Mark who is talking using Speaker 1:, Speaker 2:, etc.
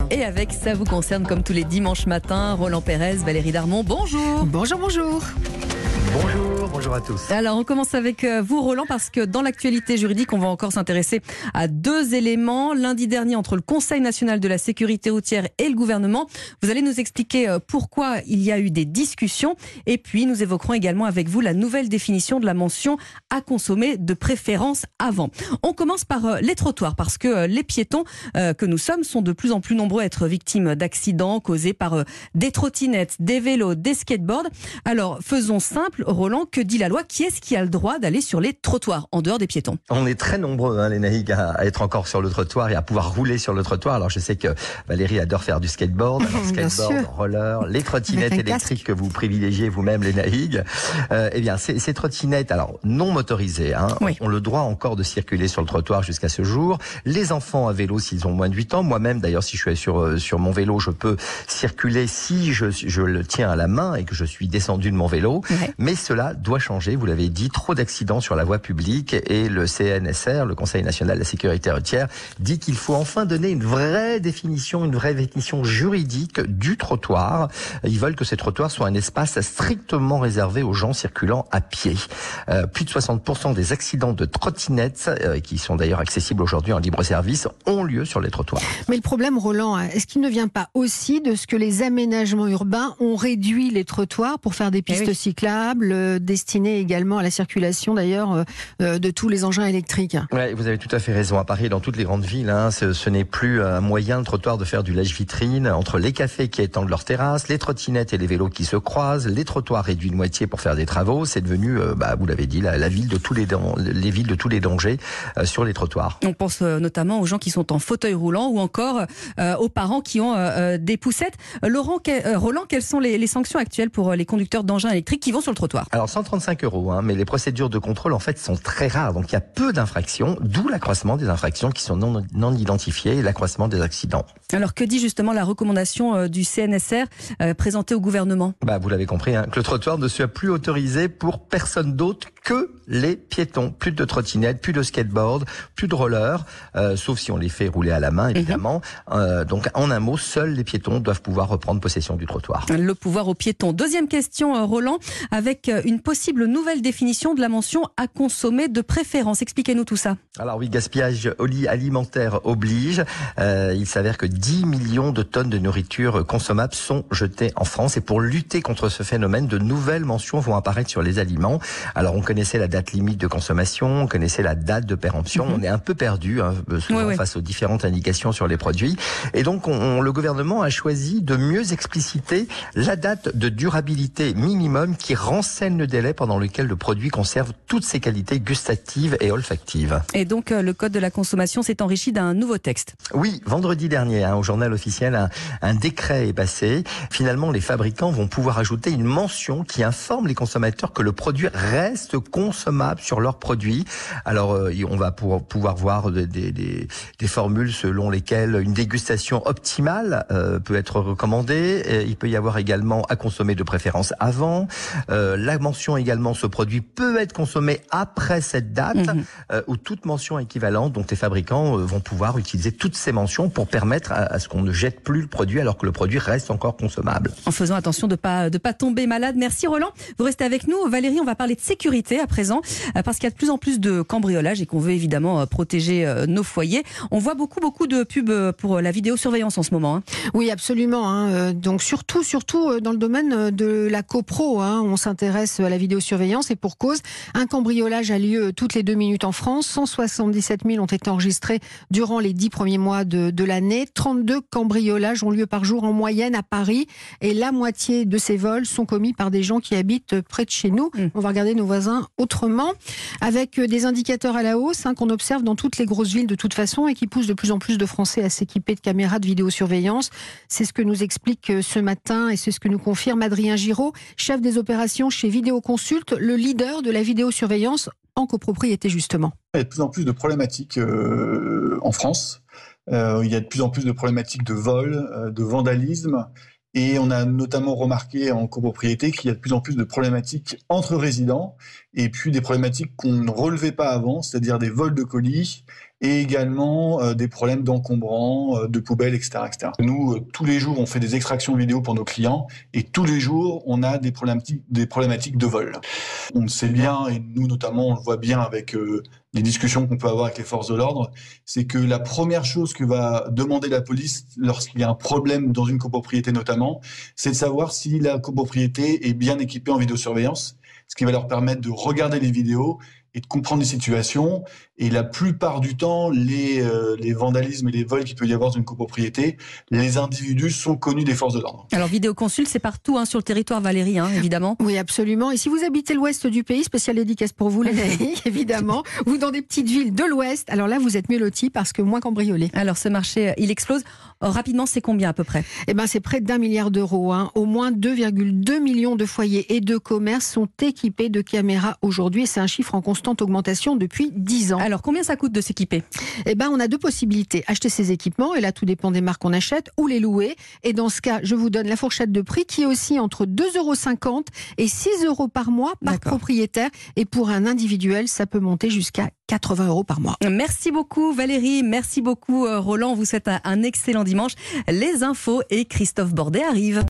Speaker 1: Et avec Ça vous concerne comme tous les dimanches matins, Roland Pérez, Valérie Darmon, bonjour.
Speaker 2: Bonjour.
Speaker 3: Bonjour à tous.
Speaker 1: Alors on commence avec vous Roland parce que dans l'actualité juridique on va encore s'intéresser à deux éléments. Lundi dernier entre le Conseil national de la sécurité routière et le gouvernement, vous allez nous expliquer pourquoi il y a eu des discussions et puis nous évoquerons également avec vous la nouvelle définition de la mention à consommer de préférence avant. On commence par les trottoirs parce que les piétons que nous sommes sont de plus en plus nombreux à être victimes d'accidents causés par des trottinettes, des vélos, des skateboards. Alors faisons simple Roland, que dit la loi? Qui est-ce qui a le droit d'aller sur les trottoirs en dehors des piétons?
Speaker 3: On est très nombreux, les naïcs, à être encore sur le trottoir et à pouvoir rouler sur le trottoir. Alors je sais que Valérie adore faire du skateboard, skateboard, roller, les trottinettes électriques que vous privilégiez vous-même, les naïcs. Eh bien, ces trottinettes, alors non motorisées,
Speaker 1: oui,
Speaker 3: ont le droit encore de circuler sur le trottoir jusqu'à ce jour. Les enfants à vélo, s'ils ont moins de 8 ans, moi-même d'ailleurs, si je suis sur mon vélo, je peux circuler si je le tiens à la main et que je suis descendu de mon vélo.
Speaker 1: Ouais.
Speaker 3: Mais cela doit changer, vous l'avez dit, trop d'accidents sur la voie publique et le CNSR, le Conseil national de la sécurité routière, dit qu'il faut enfin donner une vraie définition juridique du trottoir. Ils veulent que ces trottoirs soient un espace strictement réservé aux gens circulant à pied. Plus de 60% des accidents de trottinettes, qui sont d'ailleurs accessibles aujourd'hui en libre service, ont lieu sur les trottoirs.
Speaker 2: Mais le problème, Roland, est-ce qu'il ne vient pas aussi de ce que les aménagements urbains ont réduit les trottoirs pour faire des pistes cyclables, destinées également à la circulation d'ailleurs de tous les engins électriques?
Speaker 3: Ouais, vous avez tout à fait raison. À Paris, dans toutes les grandes villes, ce n'est plus un moyen de trottoir de faire du lèche-vitrine entre les cafés qui étendent leurs terrasses, les trottinettes et les vélos qui se croisent, les trottoirs réduits de moitié pour faire des travaux. C'est devenu, vous l'avez dit, la ville de tous les villes de tous les dangers sur les trottoirs.
Speaker 1: On pense notamment aux gens qui sont en fauteuil roulant ou encore aux parents qui ont des poussettes. Roland, quelles sont les sanctions actuelles pour les conducteurs d'engins électriques qui vont sur le trottoir?
Speaker 3: Alors 135 €, mais les procédures de contrôle en fait sont très rares, donc il y a peu d'infractions, d'où l'accroissement des infractions qui sont non identifiées et l'accroissement des accidents.
Speaker 1: Alors que dit justement la recommandation du CNSR présentée au gouvernement?
Speaker 3: Vous l'avez compris, que le trottoir ne soit plus autorisé pour personne d'autre que les piétons. Plus de trottinettes, plus de skateboard, plus de rollers, sauf si on les fait rouler à la main évidemment. Donc en un mot, seuls les piétons doivent pouvoir reprendre possession du trottoir.
Speaker 1: Le pouvoir aux piétons. Deuxième question Roland, avec une possible nouvelle définition de la mention à consommer de préférence. Expliquez-nous tout ça.
Speaker 3: Alors oui, gaspillage alimentaire oblige. Il s'avère que 10 millions de tonnes de nourriture consommable sont jetées en France. Et pour lutter contre ce phénomène, de nouvelles mentions vont apparaître sur les aliments. Alors on connaissait la date limite de consommation, on connaissait la date de péremption. On est un peu perdu souvent face aux différentes indications sur les produits. Et donc le gouvernement a choisi de mieux expliciter la date de durabilité minimum qui renseigne le délai pendant lequel le produit conserve toutes ses qualités gustatives et olfactives.
Speaker 1: Et donc le code de la consommation s'est enrichi d'un nouveau texte.
Speaker 3: Oui, vendredi dernier, au journal officiel, un décret est passé. Finalement, les fabricants vont pouvoir ajouter une mention qui informe les consommateurs que le produit reste consommable sur leur produit. Alors, on va pouvoir voir des formules selon lesquelles une dégustation optimale peut être recommandée. Il peut y avoir également à consommer de préférence avant. La mention également, ce produit peut être consommé après cette date ou toute mention équivalente. Donc les fabricants vont pouvoir utiliser toutes ces mentions pour permettre à ce qu'on ne jette plus le produit alors que le produit reste encore consommable.
Speaker 1: En faisant attention de pas tomber malade. Merci Roland. Vous restez avec nous. Valérie, on va parler de sécurité à présent parce qu'il y a de plus en plus de cambriolages et qu'on veut évidemment protéger nos foyers. On voit beaucoup de pubs pour la vidéosurveillance en ce moment.
Speaker 2: Oui, absolument. Donc surtout dans le domaine de la copro. On s'intéresse à la vidéosurveillance et pour cause. Un cambriolage a lieu toutes les 2 minutes en France. 177 000 ont été enregistrés durant les 10 premiers mois de l'année. 32 cambriolages ont lieu par jour en moyenne à Paris. Et la moitié de ces vols sont commis par des gens qui habitent près de chez nous. On va regarder nos voisins autrement. Avec des indicateurs à la hausse qu'on observe dans toutes les grosses villes de toute façon et qui poussent de plus en plus de Français à s'équiper de caméras de vidéosurveillance. C'est ce que nous explique ce matin et c'est ce que nous confirme Adrien Giraud, chef des opérations chez Vidéoconsult, le leader de la vidéosurveillance en copropriété justement.
Speaker 4: Il y a de plus en plus de problématiques en France. Il y a de plus en plus de problématiques de vol, de vandalisme. Et on a notamment remarqué en copropriété qu'il y a de plus en plus de problématiques entre résidents et puis des problématiques qu'on ne relevait pas avant, c'est-à-dire des vols de colis et également des problèmes d'encombrants, de poubelles, etc., etc. Nous, tous les jours, on fait des extractions vidéo pour nos clients et tous les jours, on a des problématiques de vol. On le sait bien, et nous notamment, on le voit bien avec les discussions qu'on peut avoir avec les forces de l'ordre, c'est que la première chose que va demander la police lorsqu'il y a un problème dans une copropriété notamment, c'est de savoir si la copropriété est bien équipée en vidéosurveillance, ce qui va leur permettre de regarder les vidéos et de comprendre les situations. Et la plupart du temps, les vandalismes et les vols qu'il peut y avoir dans une copropriété, les individus sont connus des forces de l'ordre.
Speaker 1: Alors vidéoconsulte, c'est partout sur le territoire, Valérie, évidemment.
Speaker 2: Oui, absolument. Et si vous habitez l'ouest du pays, spéciale dédicace pour vous, les amis, évidemment, ou dans des petites villes de l'ouest, alors là, vous êtes mieux lotis parce que moins cambriolés.
Speaker 1: Alors ce marché, il explose. Rapidement, c'est combien à peu près ?
Speaker 2: Eh ben, c'est près d'1 milliard d'euros. Au moins 2,2 millions de foyers et de commerces sont équipés de caméras aujourd'hui. Et c'est un chiffre en constante augmentation depuis 10 ans.
Speaker 1: Alors, combien ça coûte de s'équiper ?
Speaker 2: Eh ben, on a deux possibilités. Acheter ces équipements, et là, tout dépend des marques qu'on achète, ou les louer. Et dans ce cas, je vous donne la fourchette de prix qui est aussi entre 2,50 € et 6 € par mois par propriétaire. Et pour un individuel, ça peut monter jusqu'à 80 € par mois.
Speaker 1: Merci beaucoup Valérie, merci beaucoup Roland. On vous souhaite un excellent dimanche. Les infos et Christophe Bordet arrivent.